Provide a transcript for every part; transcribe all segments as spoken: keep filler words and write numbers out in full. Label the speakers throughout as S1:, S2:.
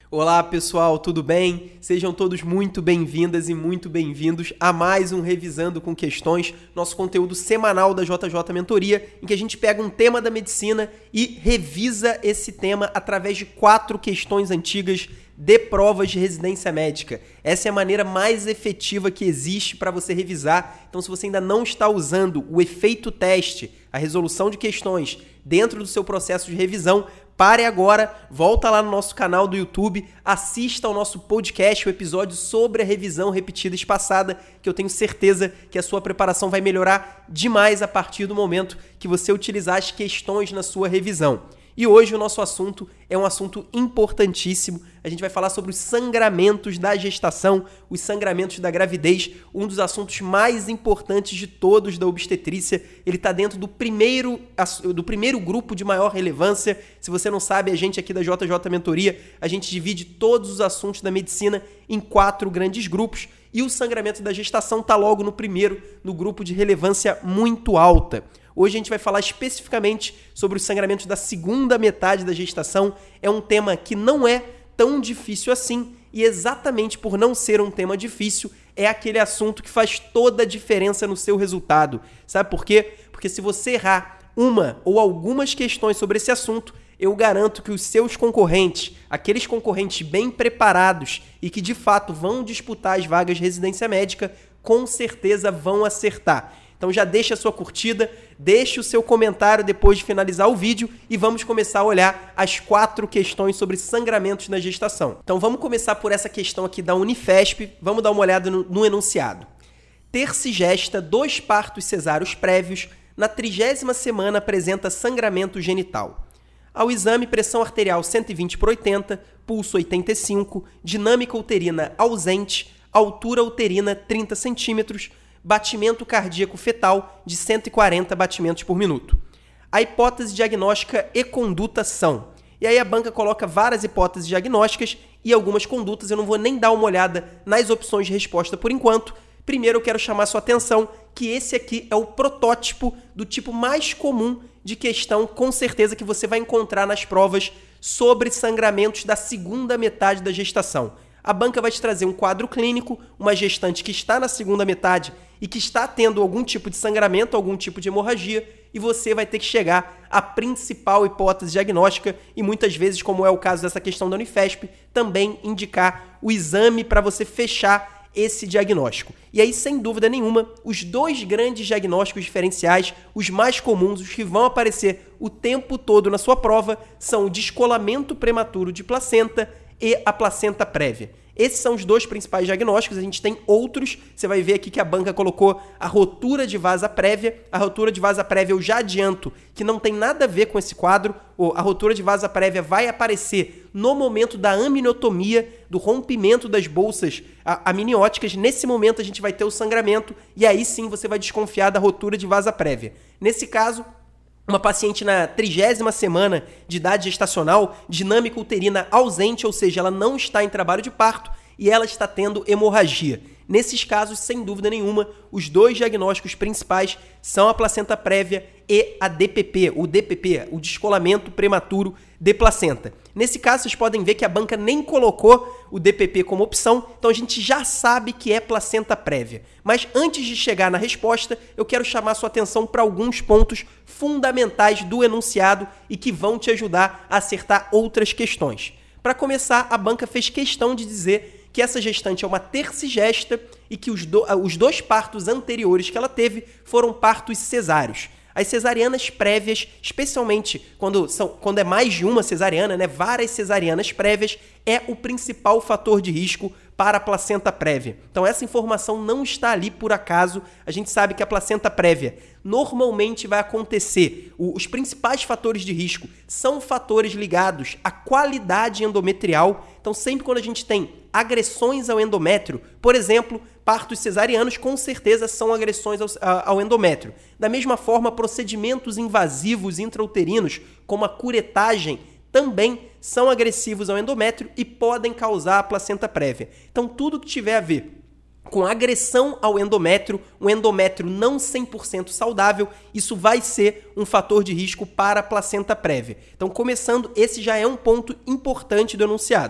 S1: Olá pessoal, tudo bem? Sejam todos muito bem-vindas e muito bem-vindos a mais um Revisando com Questões, nosso conteúdo semanal da J J Mentoria, em que a gente pega um tema da medicina e revisa esse tema através de quatro questões antigas de provas de residência médica. Essa é a maneira mais efetiva que existe para você revisar. Então, se você ainda não está usando o efeito teste, a resolução de questões dentro do seu processo de revisão, pare agora, volta lá no nosso canal do YouTube, assista ao nosso podcast, o episódio sobre a revisão repetida espaçada, que eu tenho certeza que a sua preparação vai melhorar demais a partir do momento que você utilizar as questões na sua revisão. E hoje o nosso assunto é um assunto importantíssimo. A gente vai falar sobre os sangramentos da gestação, os sangramentos da gravidez, um dos assuntos mais importantes de todos da obstetrícia. Ele está dentro do primeiro, do primeiro grupo de maior relevância. Se você não sabe, a gente aqui da J J Mentoria, a gente divide todos os assuntos da medicina em quatro grandes grupos. E o sangramento da gestação está logo no primeiro, no grupo de relevância muito alta. Hoje a gente vai falar especificamente sobre os sangramentos da segunda metade da gestação. É um tema que não é tão difícil assim e exatamente por não ser um tema difícil, é aquele assunto que faz toda a diferença no seu resultado. Sabe por quê? Porque se você errar uma ou algumas questões sobre esse assunto, eu garanto que os seus concorrentes, aqueles concorrentes bem preparados e que de fato vão disputar as vagas de residência médica, com certeza vão acertar. Então já deixa a sua curtida, deixe o seu comentário depois de finalizar o vídeo e vamos começar a olhar as quatro questões sobre sangramentos na gestação. Então vamos começar por essa questão aqui da Unifesp, vamos dar uma olhada no, no enunciado. Ter se gesta dois partos cesáreos prévios, na trigésima semana apresenta sangramento genital. Ao exame, pressão arterial cento e vinte por oitenta, pulso oitenta e cinco, dinâmica uterina ausente, altura uterina trinta centímetros, batimento cardíaco fetal de cento e quarenta batimentos por minuto. A hipótese diagnóstica e conduta são... E aí a banca coloca várias hipóteses diagnósticas e algumas condutas. Eu não vou nem dar uma olhada nas opções de resposta por enquanto. Primeiro eu quero chamar sua atenção que esse aqui é o protótipo do tipo mais comum de questão, com certeza que você vai encontrar nas provas sobre sangramentos da segunda metade da gestação. A banca vai te trazer um quadro clínico, uma gestante que está na segunda metade e que está tendo algum tipo de sangramento, algum tipo de hemorragia, e você vai ter que chegar à principal hipótese diagnóstica e muitas vezes, como é o caso dessa questão da Unifesp, também indicar o exame para você fechar esse diagnóstico. E aí, sem dúvida nenhuma, os dois grandes diagnósticos diferenciais, os mais comuns, os que vão aparecer o tempo todo na sua prova, são o descolamento prematuro de placenta e a placenta prévia. Esses são os dois principais diagnósticos, a gente tem outros, você vai ver aqui que a banca colocou a rotura de vasa prévia. A rotura de vasa prévia eu já adianto que não tem nada a ver com esse quadro, a rotura de vasa prévia vai aparecer no momento da amniotomia, do rompimento das bolsas amnióticas. Nesse momento a gente vai ter o sangramento e aí sim você vai desconfiar da rotura de vasa prévia. Nesse caso, uma paciente na trigésima semana de idade gestacional, dinâmica uterina ausente, ou seja, ela não está em trabalho de parto e ela está tendo hemorragia. Nesses casos, sem dúvida nenhuma, os dois diagnósticos principais são a placenta prévia e a D P P, o D P P, o descolamento prematuro de placenta. Nesse caso, vocês podem ver que a banca nem colocou o D P P como opção, então a gente já sabe que é placenta prévia. Mas antes de chegar na resposta, eu quero chamar sua atenção para alguns pontos fundamentais do enunciado e que vão te ajudar a acertar outras questões. Para começar, a banca fez questão de dizer que essa gestante é uma tercigesta e que os, do, os dois partos anteriores que ela teve foram partos cesáreos. As cesarianas prévias, especialmente quando, são, quando é mais de uma cesariana, né, várias cesarianas prévias, é o principal fator de risco para a placenta prévia. Então essa informação não está ali por acaso. A gente sabe que a placenta prévia normalmente vai acontecer. O, os principais fatores de risco são fatores ligados à qualidade endometrial. Então sempre quando a gente tem agressões ao endométrio, por exemplo, partos cesarianos com certeza são agressões ao, ao endométrio. Da mesma forma, procedimentos invasivos intrauterinos, como a curetagem, também são agressivos ao endométrio e podem causar a placenta prévia. Então, tudo que tiver a ver com agressão ao endométrio, um endométrio não cem por cento saudável, isso vai ser um fator de risco para a placenta prévia. Então, começando, esse já é um ponto importante do enunciado.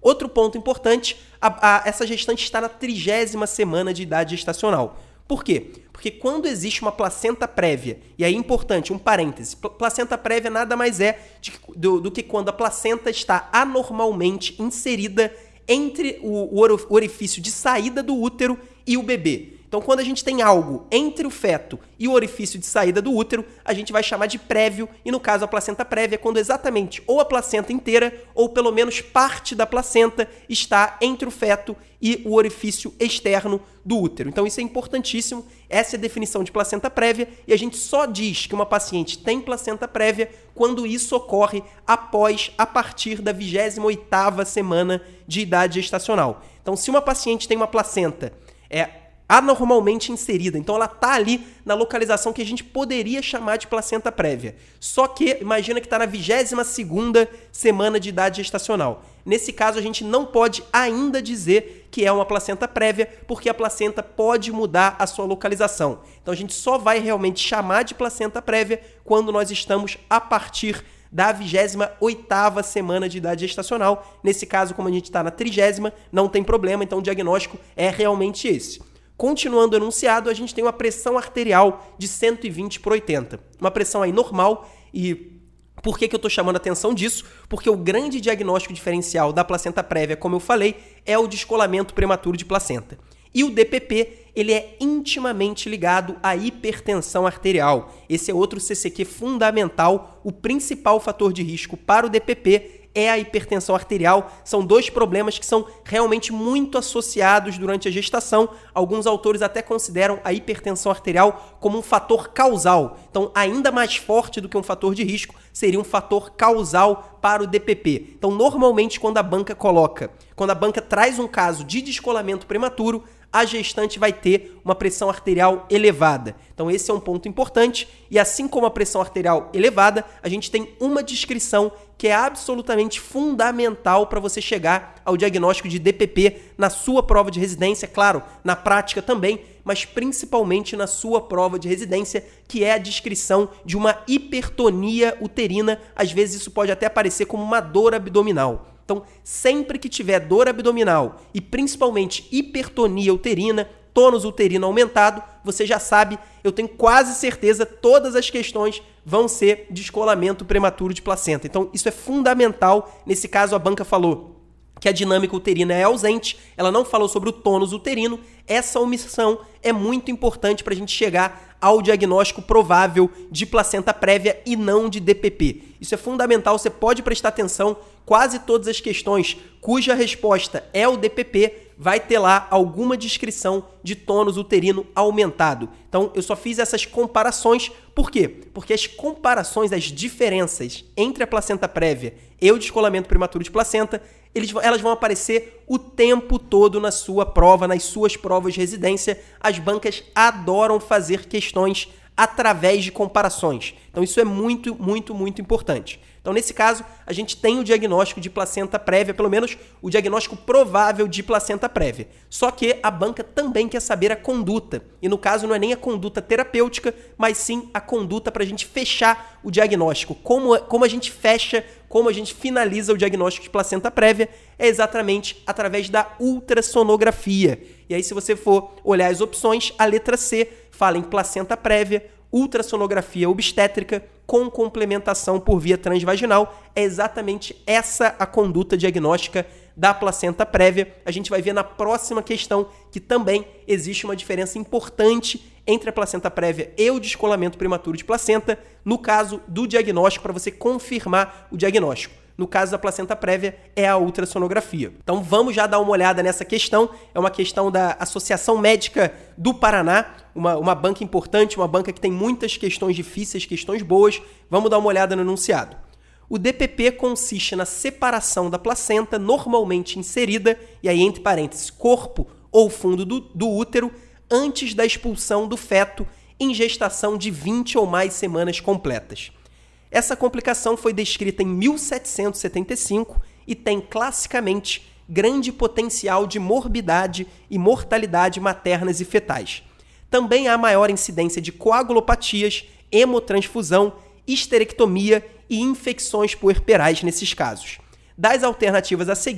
S1: Outro ponto importante, a, a, essa gestante está na trigésima semana de idade gestacional. Por quê? Porque quando existe uma placenta prévia, e aí é importante, um parêntese, placenta prévia nada mais é de, do, do que quando a placenta está anormalmente inserida entre o, o orifício de saída do útero e o bebê. Então, quando a gente tem algo entre o feto e o orifício de saída do útero, a gente vai chamar de prévio, e no caso a placenta prévia é quando exatamente ou a placenta inteira ou pelo menos parte da placenta está entre o feto e o orifício externo do útero. Então, isso é importantíssimo, essa é a definição de placenta prévia, e a gente só diz que uma paciente tem placenta prévia quando isso ocorre após, a partir da vigésima oitava semana de idade gestacional. Então, se uma paciente tem uma placenta é anormalmente inserida, então ela está ali na localização que a gente poderia chamar de placenta prévia. Só que, imagina que está na vigésima segunda semana de idade gestacional. Nesse caso, a gente não pode ainda dizer que é uma placenta prévia, porque a placenta pode mudar a sua localização. Então, a gente só vai realmente chamar de placenta prévia quando nós estamos a partir da vigésima oitava semana de idade gestacional. Nesse caso, como a gente está na trigésima, não tem problema, então o diagnóstico é realmente esse. Continuando o enunciado, a gente tem uma pressão arterial de cento e vinte por oitenta. Uma pressão aí normal. E por que que eu estou chamando a atenção disso? Porque o grande diagnóstico diferencial da placenta prévia, como eu falei, é o descolamento prematuro de placenta. E o D P P, ele é intimamente ligado à hipertensão arterial. Esse é outro C C Q fundamental. O principal fator de risco para o D P P é a hipertensão arterial. São dois problemas que são realmente muito associados durante a gestação. Alguns autores até consideram a hipertensão arterial como um fator causal. Então, ainda mais forte do que um fator de risco, seria um fator causal para o D P P. Então, normalmente, quando a banca coloca, quando a banca traz um caso de descolamento prematuro, a gestante vai ter uma pressão arterial elevada. Então, esse é um ponto importante. E assim como a pressão arterial elevada, a gente tem uma descrição que é absolutamente fundamental para você chegar ao diagnóstico de D P P na sua prova de residência, claro, na prática também, mas principalmente na sua prova de residência, que é a descrição de uma hipertonia uterina. Às vezes isso pode até aparecer como uma dor abdominal. Então, sempre que tiver dor abdominal e principalmente hipertonia uterina, tônus uterino aumentado, você já sabe, eu tenho quase certeza, todas as questões vão ser descolamento prematuro de placenta. Então, isso é fundamental. Nesse caso, a banca falou que a dinâmica uterina é ausente, ela não falou sobre o tônus uterino. Essa omissão é muito importante para a gente chegar ao diagnóstico provável de placenta prévia e não de D P P. Isso é fundamental, você pode prestar atenção. Quase todas as questões cuja resposta é o D P P vai ter lá alguma descrição de tônus uterino aumentado. Então, eu só fiz essas comparações. Por quê? Porque as comparações, as diferenças entre a placenta prévia e o descolamento prematuro de placenta, eles, elas vão aparecer o tempo todo na sua prova, nas suas provas de residência. As bancas adoram fazer questões através de comparações. Então, isso é muito, muito, muito importante. Então, nesse caso, a gente tem o diagnóstico de placenta prévia, pelo menos o diagnóstico provável de placenta prévia. Só que a banca também quer saber a conduta. E, no caso, não é nem a conduta terapêutica, mas sim a conduta para a gente fechar o diagnóstico. Como, como a gente fecha, como a gente finaliza o diagnóstico de placenta prévia é exatamente através da ultrassonografia. E aí, se você for olhar as opções, a letra C fala em placenta prévia, ultrassonografia obstétrica com complementação por via transvaginal. É exatamente essa a conduta diagnóstica da placenta prévia. A gente vai ver na próxima questão que também existe uma diferença importante entre a placenta prévia e o descolamento prematuro de placenta, no caso do diagnóstico, para você confirmar o diagnóstico. No caso da placenta prévia, é a ultrassonografia. Então, vamos já dar uma olhada nessa questão. É uma questão da Associação Médica do Paraná, uma, uma banca importante, uma banca que tem muitas questões difíceis, questões boas. Vamos dar uma olhada no enunciado. O D P P consiste na separação da placenta normalmente inserida, e aí entre parênteses, corpo ou fundo do, do útero, antes da expulsão do feto em gestação de vinte ou mais semanas completas. Essa complicação foi descrita em mil setecentos e setenta e cinco e tem classicamente grande potencial de morbidade e mortalidade maternas e fetais. Também há maior incidência de coagulopatias, hemotransfusão, histerectomia e infecções puerperais nesses casos. Das alternativas a seguir,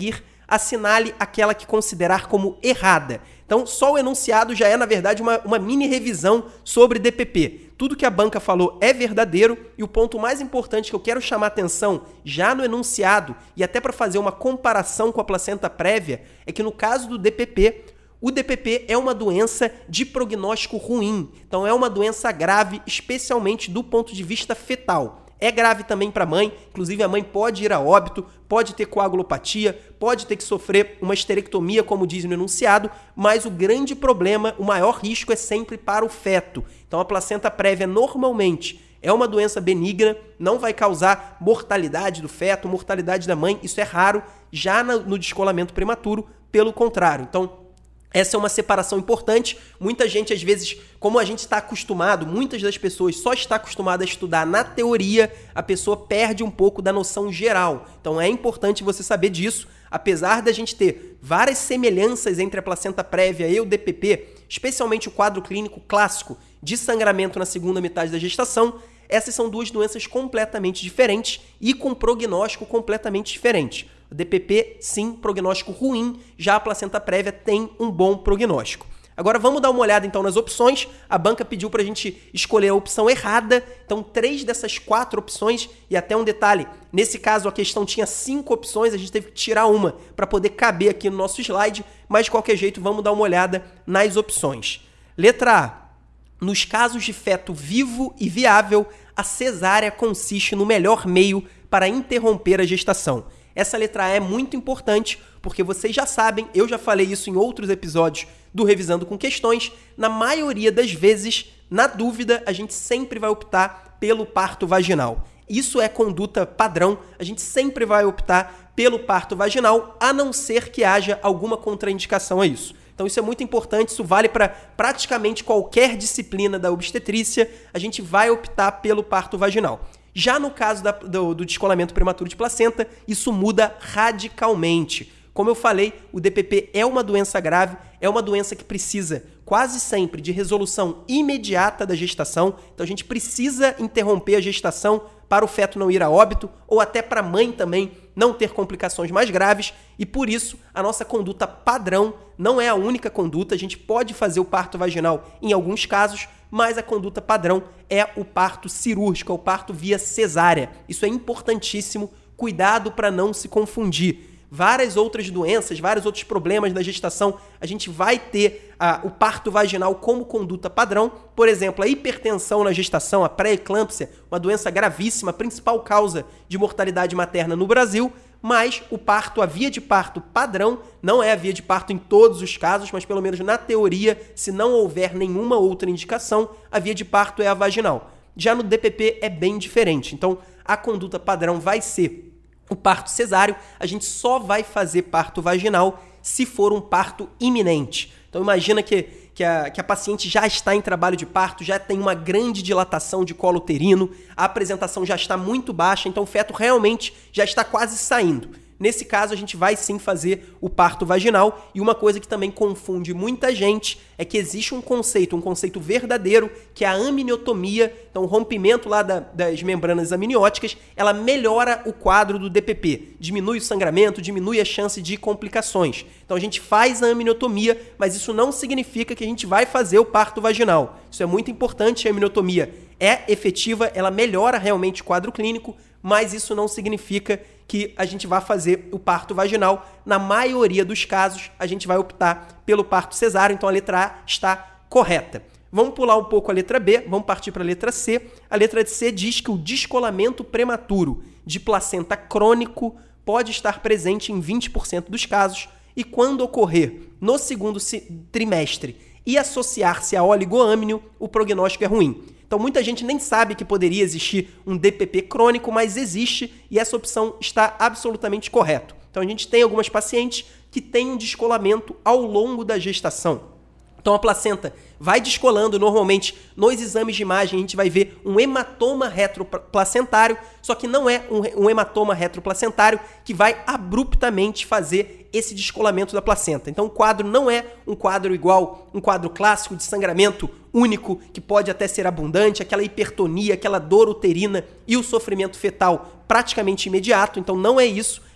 S1: assinale aquela que considerar como errada. Então, só o enunciado já é, na verdade, uma, uma mini revisão sobre D P P. Tudo que a banca falou é verdadeiro e o ponto mais importante que eu quero chamar atenção já no enunciado e até para fazer uma comparação com a placenta prévia é que no caso do D P P, o D P P é uma doença de prognóstico ruim. Então, é uma doença grave, especialmente do ponto de vista fetal. É grave também para a mãe, inclusive a mãe pode ir a óbito, pode ter coagulopatia, pode ter que sofrer uma esterectomia, como diz no enunciado, mas o grande problema, o maior risco é sempre para o feto. Então a placenta prévia normalmente é uma doença benigna, não vai causar mortalidade do feto, mortalidade da mãe, isso é raro, já no descolamento prematuro, pelo contrário. Então, essa é uma separação importante. Muita gente, às vezes, como a gente está acostumado, muitas das pessoas só está acostumada a estudar na teoria, a pessoa perde um pouco da noção geral. Então é importante você saber disso. Apesar da gente ter várias semelhanças entre a placenta prévia e o D P P, especialmente o quadro clínico clássico de sangramento na segunda metade da gestação, essas são duas doenças completamente diferentes e com prognóstico completamente diferente. O D P P, sim, prognóstico ruim, já a placenta prévia tem um bom prognóstico. Agora vamos dar uma olhada então nas opções. A banca pediu para a gente escolher a opção errada, então três dessas quatro opções, e até um detalhe, nesse caso a questão tinha cinco opções, a gente teve que tirar uma para poder caber aqui no nosso slide, mas de qualquer jeito vamos dar uma olhada nas opções. Letra A. Nos casos de feto vivo e viável, a cesárea consiste no melhor meio para interromper a gestação. Essa letra A é muito importante, porque vocês já sabem, eu já falei isso em outros episódios do Revisando com Questões, na maioria das vezes, na dúvida, a gente sempre vai optar pelo parto vaginal. Isso é conduta padrão, a gente sempre vai optar pelo parto vaginal, a não ser que haja alguma contraindicação a isso. Então isso é muito importante, isso vale para praticamente qualquer disciplina da obstetrícia, a gente vai optar pelo parto vaginal. Já no caso da, do, do descolamento prematuro de placenta, isso muda radicalmente. Como eu falei, o D P P é uma doença grave, é uma doença que precisa quase sempre de resolução imediata da gestação, então a gente precisa interromper a gestação para o feto não ir a óbito ou até para a mãe também não ter complicações mais graves e por isso a nossa conduta padrão não é a única conduta, a gente pode fazer o parto vaginal em alguns casos, mas a conduta padrão é o parto cirúrgico, é o parto via cesárea. Isso é importantíssimo, cuidado para não se confundir. Várias outras doenças, vários outros problemas da gestação, a gente vai ter ah, o parto vaginal como conduta padrão. Por exemplo, a hipertensão na gestação, a pré-eclâmpsia, uma doença gravíssima, principal causa de mortalidade materna no Brasil, mas o parto, a via de parto padrão, não é a via de parto em todos os casos, mas pelo menos na teoria, se não houver nenhuma outra indicação, a via de parto é a vaginal. Já no D P P é bem diferente, então a conduta padrão vai ser o parto cesáreo, a gente só vai fazer parto vaginal se for um parto iminente. Então imagina que, que, a, que a paciente já está em trabalho de parto, já tem uma grande dilatação de colo uterino, a apresentação já está muito baixa, então o feto realmente já está quase saindo. Nesse caso, a gente vai sim fazer o parto vaginal e uma coisa que também confunde muita gente é que existe um conceito, um conceito verdadeiro, que é a amniotomia, então o rompimento lá da, das membranas amnióticas, ela melhora o quadro do D P P, diminui o sangramento, diminui a chance de complicações. Então a gente faz a amniotomia, mas isso não significa que a gente vai fazer o parto vaginal. Isso é muito importante, a amniotomia é efetiva, ela melhora realmente o quadro clínico, mas isso não significa que a gente vai fazer o parto vaginal. Na maioria dos casos, a gente vai optar pelo parto cesáreo, então a letra A está correta. Vamos pular um pouco a letra B, vamos partir para a letra C. A letra C diz que o descolamento prematuro de placenta crônico pode estar presente em vinte por cento dos casos e quando ocorrer no segundo trimestre e associar-se a oligoâmnio, o prognóstico é ruim. Então, muita gente nem sabe que poderia existir um D P P crônico, mas existe e essa opção está absolutamente correta. Então, a gente tem algumas pacientes que têm um descolamento ao longo da gestação. Então, a placenta vai descolando, normalmente nos exames de imagem a gente vai ver um hematoma retroplacentário, só que não é um, um hematoma retroplacentário que vai abruptamente fazer esse descolamento da placenta. Então o quadro não é um quadro igual, um quadro clássico de sangramento único, que pode até ser abundante, aquela hipertonia, aquela dor uterina e o sofrimento fetal praticamente imediato, então não é isso.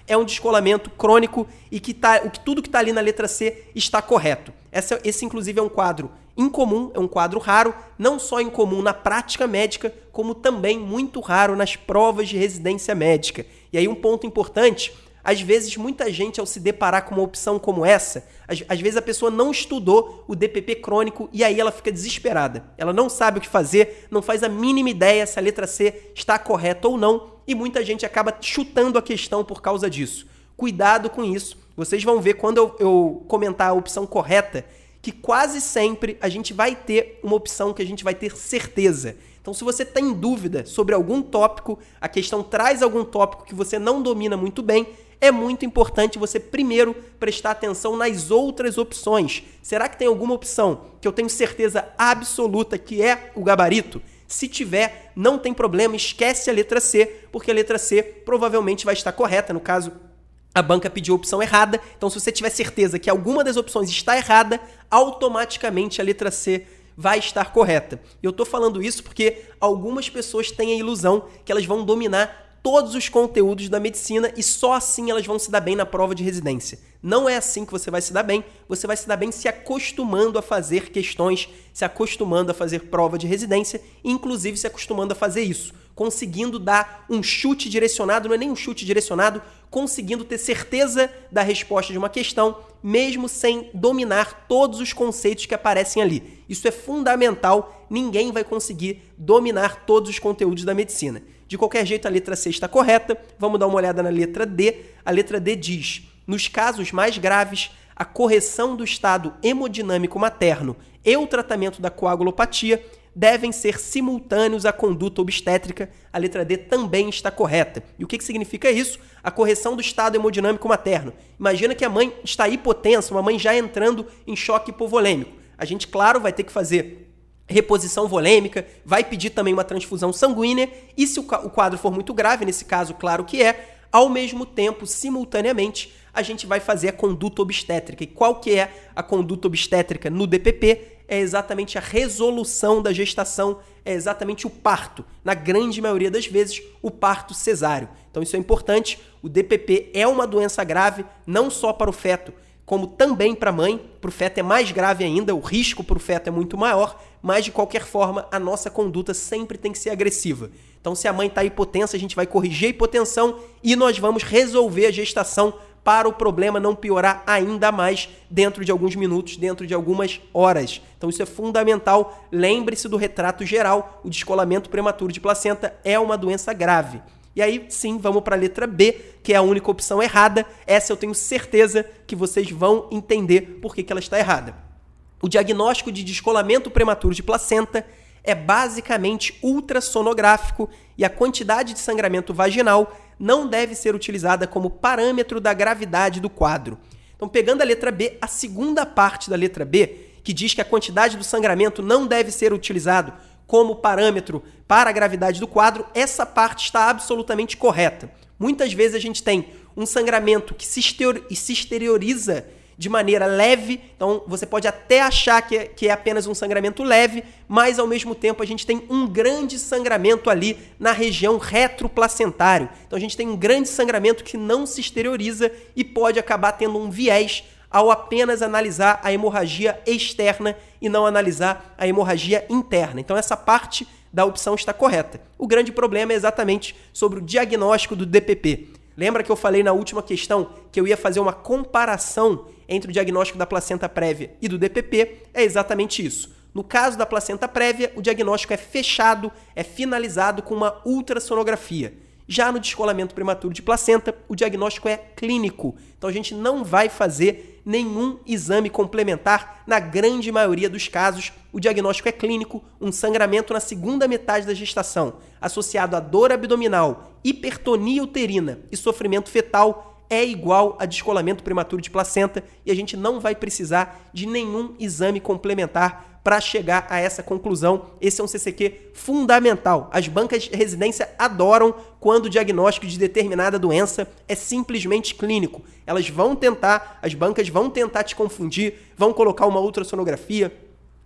S1: é um descolamento crônico e que, tá, o que tudo que está ali na letra C está correto. Essa, esse, inclusive, é um quadro incomum, é um quadro raro, não só incomum na prática médica, como também muito raro nas provas de residência médica. E aí um ponto importante, às vezes muita gente ao se deparar com uma opção como essa, às, às vezes a pessoa não estudou o D P P crônico e aí ela fica desesperada. Ela não sabe o que fazer, não faz a mínima ideia se a letra C está correta ou não e muita gente acaba chutando a questão por causa disso. Cuidado com isso. Vocês vão ver quando eu, eu comentar a opção correta que quase sempre a gente vai ter uma opção que a gente vai ter certeza. Então, se você tem dúvida sobre algum tópico, a questão traz algum tópico que você não domina muito bem, é muito importante você primeiro prestar atenção nas outras opções. Será que tem alguma opção que eu tenho certeza absoluta que é o gabarito? Se tiver, não tem problema, esquece a letra C, porque a letra C provavelmente vai estar correta. No caso, a banca pediu a opção errada, então se você tiver certeza que alguma das opções está errada, automaticamente a letra C vai estar correta. Eu estou falando isso porque algumas pessoas têm a ilusão que elas vão dominar todos os conteúdos da medicina e só assim elas vão se dar bem na prova de residência. Não é assim que você vai se dar bem, você vai se dar bem se acostumando a fazer questões, se acostumando a fazer prova de residência e inclusive se acostumando a fazer isso, conseguindo dar um chute direcionado, não é nem um chute direcionado, conseguindo ter certeza da resposta de uma questão, mesmo sem dominar todos os conceitos que aparecem ali. Isso é fundamental, ninguém vai conseguir dominar todos os conteúdos da medicina. De qualquer jeito, a letra C está correta. Vamos dar uma olhada na letra D. A letra D diz, nos casos mais graves, a correção do estado hemodinâmico materno e o tratamento da coagulopatia devem ser simultâneos à conduta obstétrica. A letra D também está correta. E o que, que significa isso? A correção do estado hemodinâmico materno. Imagina que a mãe está hipotensa, uma mãe já entrando em choque hipovolêmico. A gente, claro, vai ter que fazer reposição volêmica, vai pedir também uma transfusão sanguínea e se o quadro for muito grave, nesse caso, claro que é, ao mesmo tempo, simultaneamente, a gente vai fazer a conduta obstétrica. E qual que é a conduta obstétrica no D P P? É exatamente a resolução da gestação, é exatamente o parto. Na grande maioria das vezes, o parto cesáreo. Então isso é importante, o D P P é uma doença grave, não só para o feto, como também para a mãe. Para o feto é mais grave ainda, o risco para o feto é muito maior, mas de qualquer forma, a nossa conduta sempre tem que ser agressiva. Então se a mãe está hipotensa, a gente vai corrigir a hipotensão e nós vamos resolver a gestação para o problema não piorar ainda mais dentro de alguns minutos, dentro de algumas horas. Então isso é fundamental. Lembre-se do retrato geral, o descolamento prematuro de placenta é uma doença grave. E aí, sim, vamos para a letra B, que é a única opção errada. Essa eu tenho certeza que vocês vão entender por que que ela está errada. O diagnóstico de descolamento prematuro de placenta é basicamente ultrassonográfico e a quantidade de sangramento vaginal não deve ser utilizada como parâmetro da gravidade do quadro. Então, pegando a letra B, a segunda parte da letra B, que diz que a quantidade do sangramento não deve ser utilizado como parâmetro para a gravidade do quadro, essa parte está absolutamente correta. Muitas vezes a gente tem um sangramento que se exterioriza de maneira leve, então você pode até achar que é, que é apenas um sangramento leve, mas ao mesmo tempo a gente tem um grande sangramento ali na região retroplacentário. Então a gente tem um grande sangramento que não se exterioriza e pode acabar tendo um viés ao apenas analisar a hemorragia externa e não analisar a hemorragia interna. Então essa parte da opção está correta. O grande problema é exatamente sobre o diagnóstico do D P P. Lembra que eu falei na última questão que eu ia fazer uma comparação entre o diagnóstico da placenta prévia e do D P P? É exatamente isso. No caso da placenta prévia, o diagnóstico é fechado, é finalizado com uma ultrassonografia. Já no descolamento prematuro de placenta, o diagnóstico é clínico. Então a gente não vai fazer nenhum exame complementar. Na grande maioria dos casos, o diagnóstico é clínico, um sangramento na segunda metade da gestação, associado a dor abdominal, hipertonia uterina e sofrimento fetal, é igual a descolamento prematuro de placenta e a gente não vai precisar de nenhum exame complementar para chegar a essa conclusão. Esse é um C C Q fundamental. As bancas de residência adoram quando o diagnóstico de determinada doença é simplesmente clínico. Elas vão tentar, as bancas vão tentar te confundir, vão colocar uma ultrassonografia,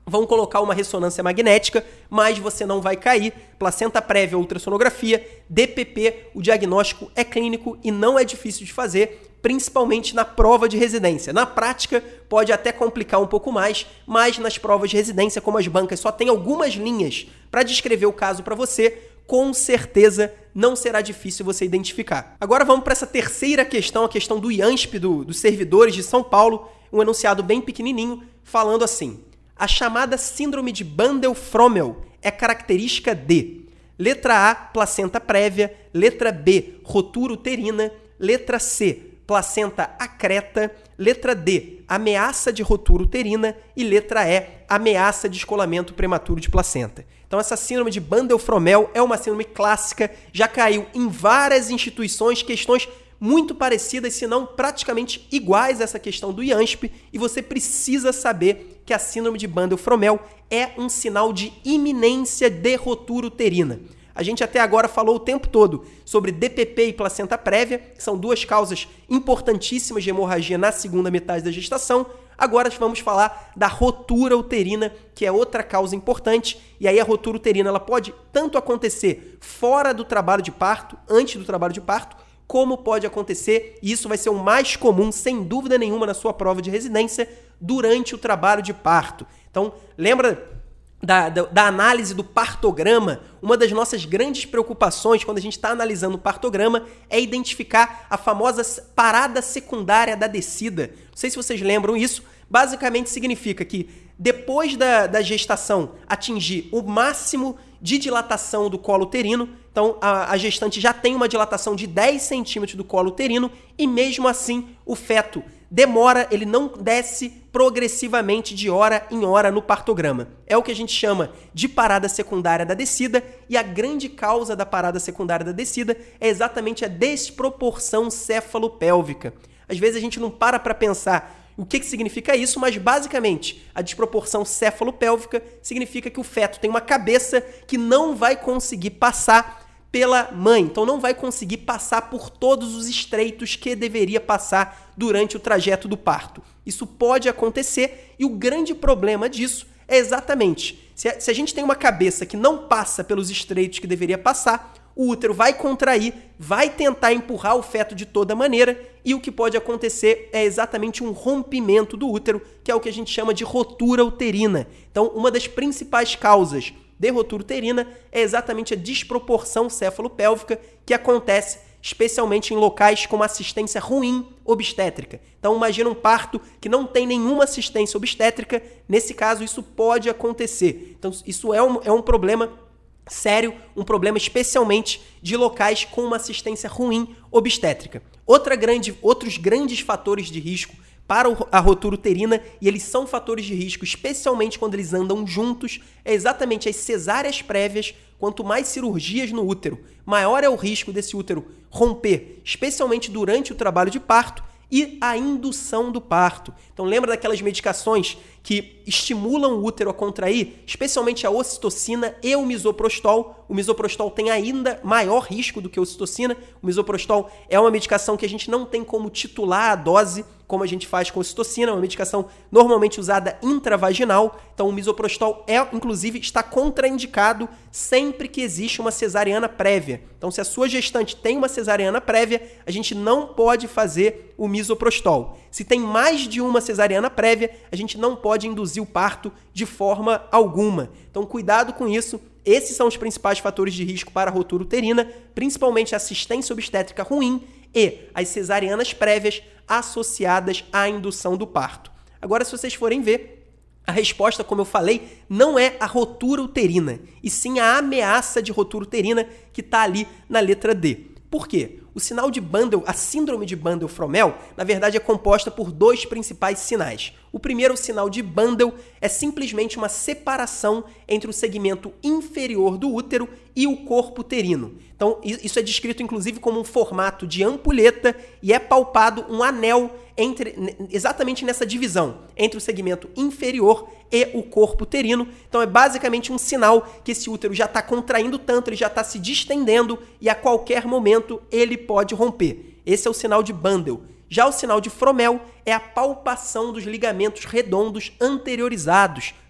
S1: vão colocar uma ressonância magnética, mas você não vai cair. Placenta prévia, ultrassonografia, D P P, o diagnóstico é clínico e não é difícil de fazer, principalmente na prova de residência. Na prática, pode até complicar um pouco mais, mas nas provas de residência, como as bancas só tem algumas linhas para descrever o caso para você, com certeza não será difícil você identificar. Agora vamos para essa terceira questão, a questão do IANSP, do, dos servidores de São Paulo, um enunciado bem pequenininho, falando assim: a chamada síndrome de Bandel-Frommel é característica de letra A, placenta prévia, letra B, rotura uterina, letra C, placenta acreta, letra D, ameaça de rotura uterina e letra E, ameaça de descolamento prematuro de placenta. Então essa síndrome de Bandel-Frommel é uma síndrome clássica, já caiu em várias instituições, questões muito parecidas, se não praticamente iguais a essa questão do IANSP, e você precisa saber que a síndrome de Bandel-Frommel é um sinal de iminência de rotura uterina. A gente até agora falou o tempo todo sobre D P P e placenta prévia, que são duas causas importantíssimas de hemorragia na segunda metade da gestação. Agora vamos falar da rotura uterina, que é outra causa importante. E aí a rotura uterina ela pode tanto acontecer fora do trabalho de parto, antes do trabalho de parto, como pode acontecer, e isso vai ser o mais comum, sem dúvida nenhuma, na sua prova de residência, durante o trabalho de parto. Então, lembra Da, da, da análise do partograma? Uma das nossas grandes preocupações quando a gente está analisando o partograma é identificar a famosa parada secundária da descida. Não sei se vocês lembram isso. Basicamente significa que depois da, da gestação atingir o máximo de dilatação do colo uterino, então a, a gestante já tem uma dilatação de dez centímetros do colo uterino e mesmo assim o feto demora, ele não desce progressivamente de hora em hora no partograma. É o que a gente chama de parada secundária da descida, e a grande causa da parada secundária da descida é exatamente a desproporção cefalopélvica. Às vezes a gente não para para pensar o que, que significa isso, mas basicamente a desproporção cefalopélvica significa que o feto tem uma cabeça que não vai conseguir passar pela mãe, então não vai conseguir passar por todos os estreitos que deveria passar durante o trajeto do parto. Isso pode acontecer, e o grande problema disso é exatamente, se a, se a gente tem uma cabeça que não passa pelos estreitos que deveria passar, o útero vai contrair, vai tentar empurrar o feto de toda maneira, e o que pode acontecer é exatamente um rompimento do útero, que é o que a gente chama de rotura uterina. Então, uma das principais causas de rotura uterina é exatamente a desproporção cefalopélvica, que acontece especialmente em locais com uma assistência ruim obstétrica. Então imagina um parto que não tem nenhuma assistência obstétrica, nesse caso isso pode acontecer. Então isso é um, é um problema sério, um problema especialmente de locais com uma assistência ruim obstétrica. Outra grande, outros grandes fatores de risco para a rotura uterina, e eles são fatores de risco, especialmente quando eles andam juntos, é exatamente as cesáreas prévias. Quanto mais cirurgias no útero, maior é o risco desse útero romper, especialmente durante o trabalho de parto, e a indução do parto. Então lembra daquelas medicações que estimulam o útero a contrair, especialmente a ocitocina e o misoprostol. O misoprostol tem ainda maior risco do que a ocitocina. O misoprostol é uma medicação que a gente não tem como titular a dose, como a gente faz com a ocitocina, é uma medicação normalmente usada intravaginal. Então o misoprostol é, inclusive, está contraindicado sempre que existe uma cesariana prévia. Então se a sua gestante tem uma cesariana prévia, a gente não pode fazer o misoprostol. Se tem mais de uma cesariana prévia, a gente não pode induzir o parto de forma alguma. Então cuidado com isso. Esses são os principais fatores de risco para a rotura uterina, principalmente a assistência obstétrica ruim e as cesarianas prévias associadas à indução do parto. Agora, se vocês forem ver, a resposta, como eu falei, não é a rotura uterina, e sim a ameaça de rotura uterina que está ali na letra D. Por quê? O sinal de Bandel, a síndrome de Bandel-Frommel, na verdade é composta por dois principais sinais. O primeiro, o sinal de Bandel, é simplesmente uma separação entre o segmento inferior do útero e o corpo uterino. Então, isso é descrito inclusive como um formato de ampulheta, e é palpado um anel entre, exatamente nessa divisão entre o segmento inferior e o corpo uterino. Então é basicamente um sinal que esse útero já está contraindo tanto, ele já está se distendendo, e a qualquer momento ele pode romper. Esse é o sinal de Bandel. Já o sinal de Frommel é a palpação dos ligamentos redondos anteriorizados,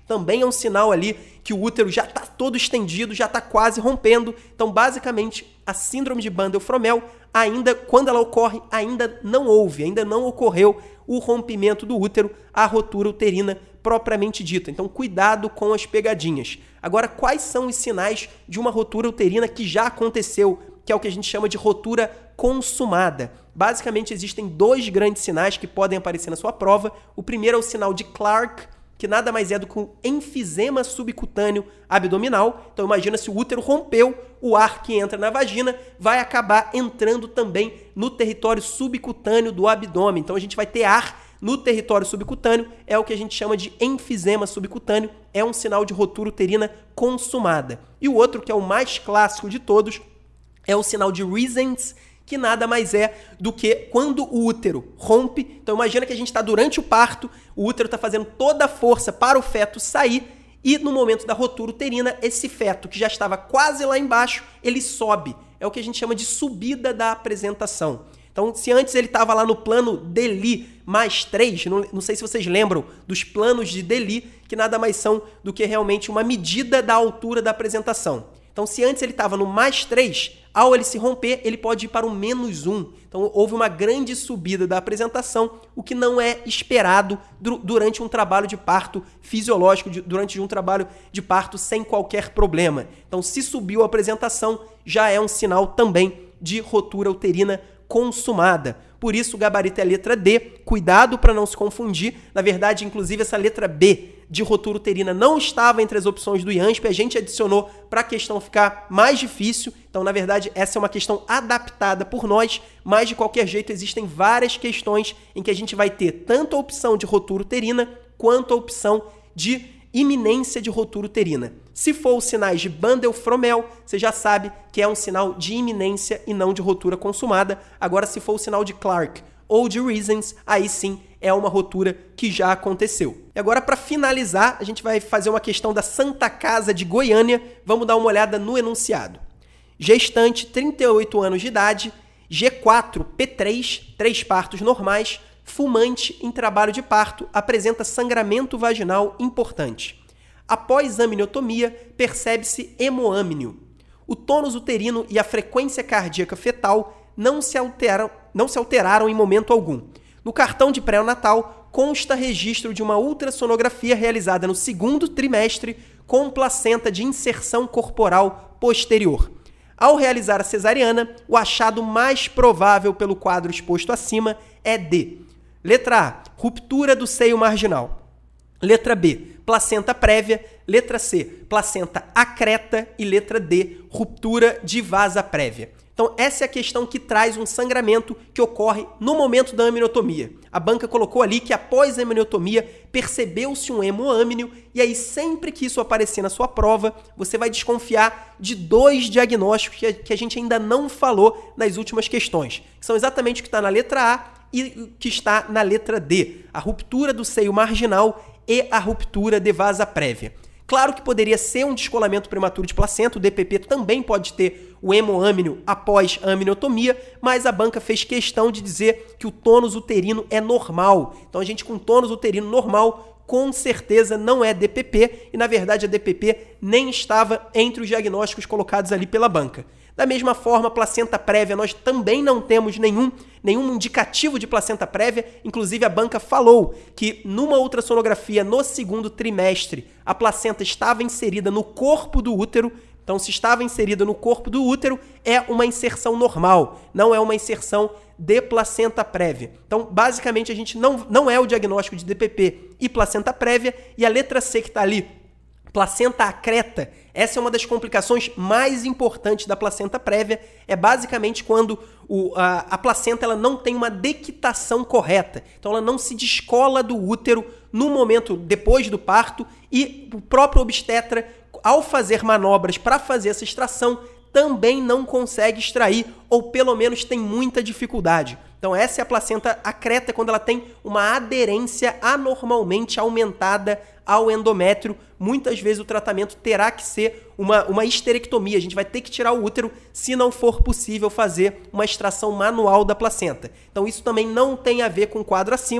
S1: também é um sinal ali que o útero já está todo estendido, já está quase rompendo. Então, basicamente, a síndrome de Bandel-Fromel, ainda, quando ela ocorre, ainda não houve, ainda não ocorreu o rompimento do útero, a rotura uterina propriamente dita. Então, cuidado com as pegadinhas. Agora, quais são os sinais de uma rotura uterina que já aconteceu, que é o que a gente chama de rotura consumada? Basicamente, existem dois grandes sinais que podem aparecer na sua prova. O primeiro é o sinal de Clark, que nada mais é do que um enfisema subcutâneo abdominal. Então, imagina se o útero rompeu, o ar que entra na vagina vai acabar entrando também no território subcutâneo do abdômen. Então, a gente vai ter ar no território subcutâneo, é o que a gente chama de enfisema subcutâneo, é um sinal de rotura uterina consumada. E o outro, que é o mais clássico de todos, é o sinal de Reesens, que nada mais é do que quando o útero rompe. Então imagina que a gente está durante o parto, o útero está fazendo toda a força para o feto sair e no momento da rotura uterina, esse feto que já estava quase lá embaixo, ele sobe. É o que a gente chama de subida da apresentação. Então, se antes ele estava lá no plano Deli mais três, não, não sei se vocês lembram dos planos de Deli, que nada mais são do que realmente uma medida da altura da apresentação. Então, se antes ele estava no mais três, ao ele se romper, ele pode ir para o menos um. Então, houve uma grande subida da apresentação, o que não é esperado durante um trabalho de parto fisiológico, durante um trabalho de parto sem qualquer problema. Então, se subiu a apresentação, já é um sinal também de rotura uterina consumada. Por isso, o gabarito é a letra D. Cuidado para não se confundir. Na verdade, inclusive, essa letra B de rotura uterina não estava entre as opções do IANSP. A gente adicionou para a questão ficar mais difícil. Então, na verdade, essa é uma questão adaptada por nós, mas, de qualquer jeito, existem várias questões em que a gente vai ter tanto a opção de rotura uterina quanto a opção de iminência de rotura uterina. Se for os sinais de Bandel-Fromel, você já sabe que é um sinal de iminência e não de rotura consumada. Agora, se for o sinal de Clark ou de Reesens, aí sim é uma rotura que já aconteceu. E agora, para finalizar, a gente vai fazer uma questão da Santa Casa de Goiânia. Vamos dar uma olhada no enunciado. Gestante, trinta e oito anos de idade, G quatro, P três, três partos normais, fumante, em trabalho de parto, apresenta sangramento vaginal importante. Após amniotomia, percebe-se hemoâmnio. O tônus uterino e a frequência cardíaca fetal não se alteraram, não se alteraram em momento algum. No cartão de pré-natal, consta registro de uma ultrassonografia realizada no segundo trimestre com placenta de inserção corporal posterior. Ao realizar a cesariana, o achado mais provável pelo quadro exposto acima é D. Letra A, ruptura do seio marginal. Letra B, placenta prévia. Letra C, placenta acreta. E letra D, ruptura de vasa prévia. Então, essa é a questão que traz um sangramento que ocorre no momento da amniotomia. A banca colocou ali que após a amniotomia percebeu-se um hemoâmnio e aí sempre que isso aparecer na sua prova, você vai desconfiar de dois diagnósticos que a gente ainda não falou nas últimas questões, que são exatamente o que está na letra A e o que está na letra D, a ruptura do seio marginal e a ruptura de vasa prévia. Claro que poderia ser um descolamento prematuro de placenta, o D P P também pode ter o hemoâmnio após a amniotomia, mas a banca fez questão de dizer que o tônus uterino é normal. Então a gente com tônus uterino normal, com certeza não é D P P, e na verdade a D P P nem estava entre os diagnósticos colocados ali pela banca. Da mesma forma, placenta prévia, nós também não temos nenhum, nenhum indicativo de placenta prévia. Inclusive, a banca falou que numa ultrassonografia no segundo trimestre, a placenta estava inserida no corpo do útero. Então, se estava inserida no corpo do útero, é uma inserção normal, não é uma inserção de placenta prévia. Então, basicamente, a gente não, não é o diagnóstico de D P P e placenta prévia. E a letra C que está ali, placenta acreta, essa é uma das complicações mais importantes da placenta prévia, é basicamente quando o, a, a placenta ela não tem uma dequitação correta, então ela não se descola do útero no momento depois do parto e o próprio obstetra, ao fazer manobras para fazer essa extração, também não consegue extrair ou pelo menos tem muita dificuldade. Então essa é a placenta acreta quando ela tem uma aderência anormalmente aumentada ao endométrio. Muitas vezes o tratamento terá que ser uma, uma histerectomia. A gente vai ter que tirar o útero se não for possível fazer uma extração manual da placenta. Então isso também não tem a ver com o quadro acima.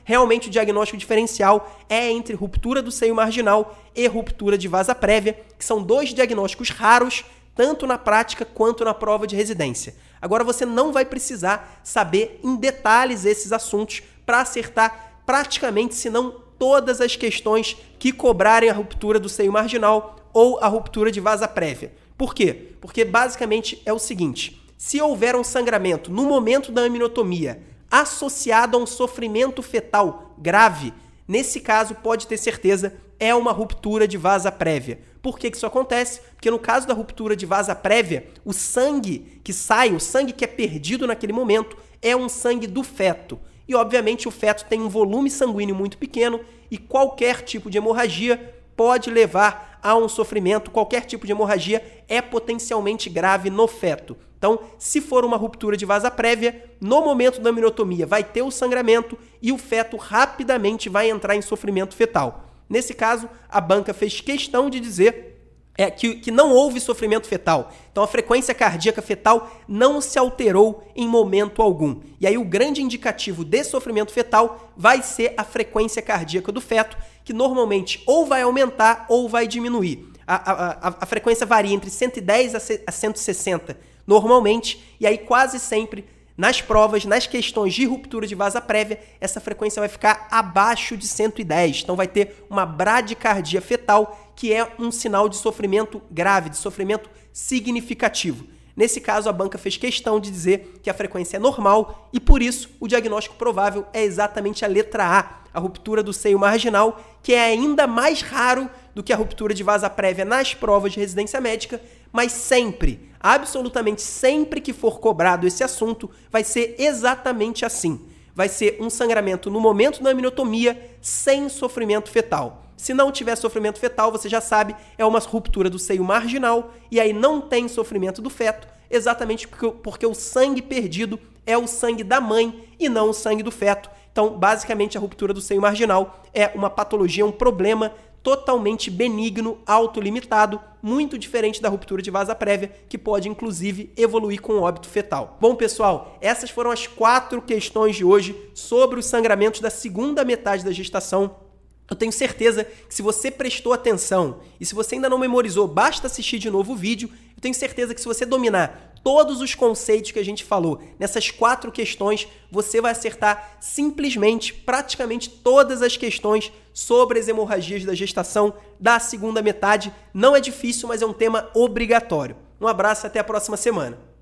S1: realmente o diagnóstico diferencial é entre ruptura do seio marginal e ruptura de vasa prévia, que são dois diagnósticos raros, tanto na prática quanto na prova de residência. Agora você não vai precisar saber em detalhes esses assuntos para acertar praticamente, se não todas as questões que cobrarem a ruptura do seio marginal ou a ruptura de vasa prévia. Por quê? Porque basicamente é o seguinte: se houver um sangramento no momento da aminotomia associado a um sofrimento fetal grave, nesse caso pode ter certeza é uma ruptura de vasa prévia. Por que que isso acontece? Porque no caso da ruptura de vasa prévia, o sangue que sai, o sangue que é perdido naquele momento, é um sangue do feto. E obviamente o feto tem um volume sanguíneo muito pequeno e qualquer tipo de hemorragia pode levar a um sofrimento, qualquer tipo de hemorragia é potencialmente grave no feto. Então, se for uma ruptura de vasa prévia, no momento da aminotomia vai ter o sangramento e o feto rapidamente vai entrar em sofrimento fetal. Nesse caso, a banca fez questão de dizer é, que, que não houve sofrimento fetal. Então, a frequência cardíaca fetal não se alterou em momento algum. E aí, o grande indicativo de sofrimento fetal vai ser a frequência cardíaca do feto, que normalmente ou vai aumentar ou vai diminuir. A, a, a, a frequência varia entre cento e dez a cento e sessenta normalmente, e aí quase sempre nas provas, nas questões de ruptura de vasa prévia, essa frequência vai ficar abaixo de cento e dez. Então vai ter uma bradicardia fetal, que é um sinal de sofrimento grave, de sofrimento significativo. Nesse caso, a banca fez questão de dizer que a frequência é normal e, por isso, o diagnóstico provável é exatamente a letra A, a ruptura do seio marginal, que é ainda mais raro do que a ruptura de vasa prévia nas provas de residência médica, mas sempre, absolutamente sempre que for cobrado esse assunto, vai ser exatamente assim. Vai ser um sangramento no momento da aminotomia sem sofrimento fetal. Se não tiver sofrimento fetal, você já sabe, é uma ruptura do seio marginal e aí não tem sofrimento do feto, exatamente porque, porque o sangue perdido é o sangue da mãe e não o sangue do feto. Então, basicamente, a ruptura do seio marginal é uma patologia, um problema totalmente benigno, autolimitado, muito diferente da ruptura de vasa prévia, que pode, inclusive, evoluir com óbito fetal. Bom, pessoal, essas foram as quatro questões de hoje sobre os sangramentos da segunda metade da gestação. Eu tenho certeza que se você prestou atenção e se você ainda não memorizou, basta assistir de novo o vídeo. Eu tenho certeza que se você dominar todos os conceitos que a gente falou nessas quatro questões, você vai acertar simplesmente praticamente todas as questões sobre as hemorragias da gestação da segunda metade. Não é difícil, mas é um tema obrigatório. Um abraço e até a próxima semana.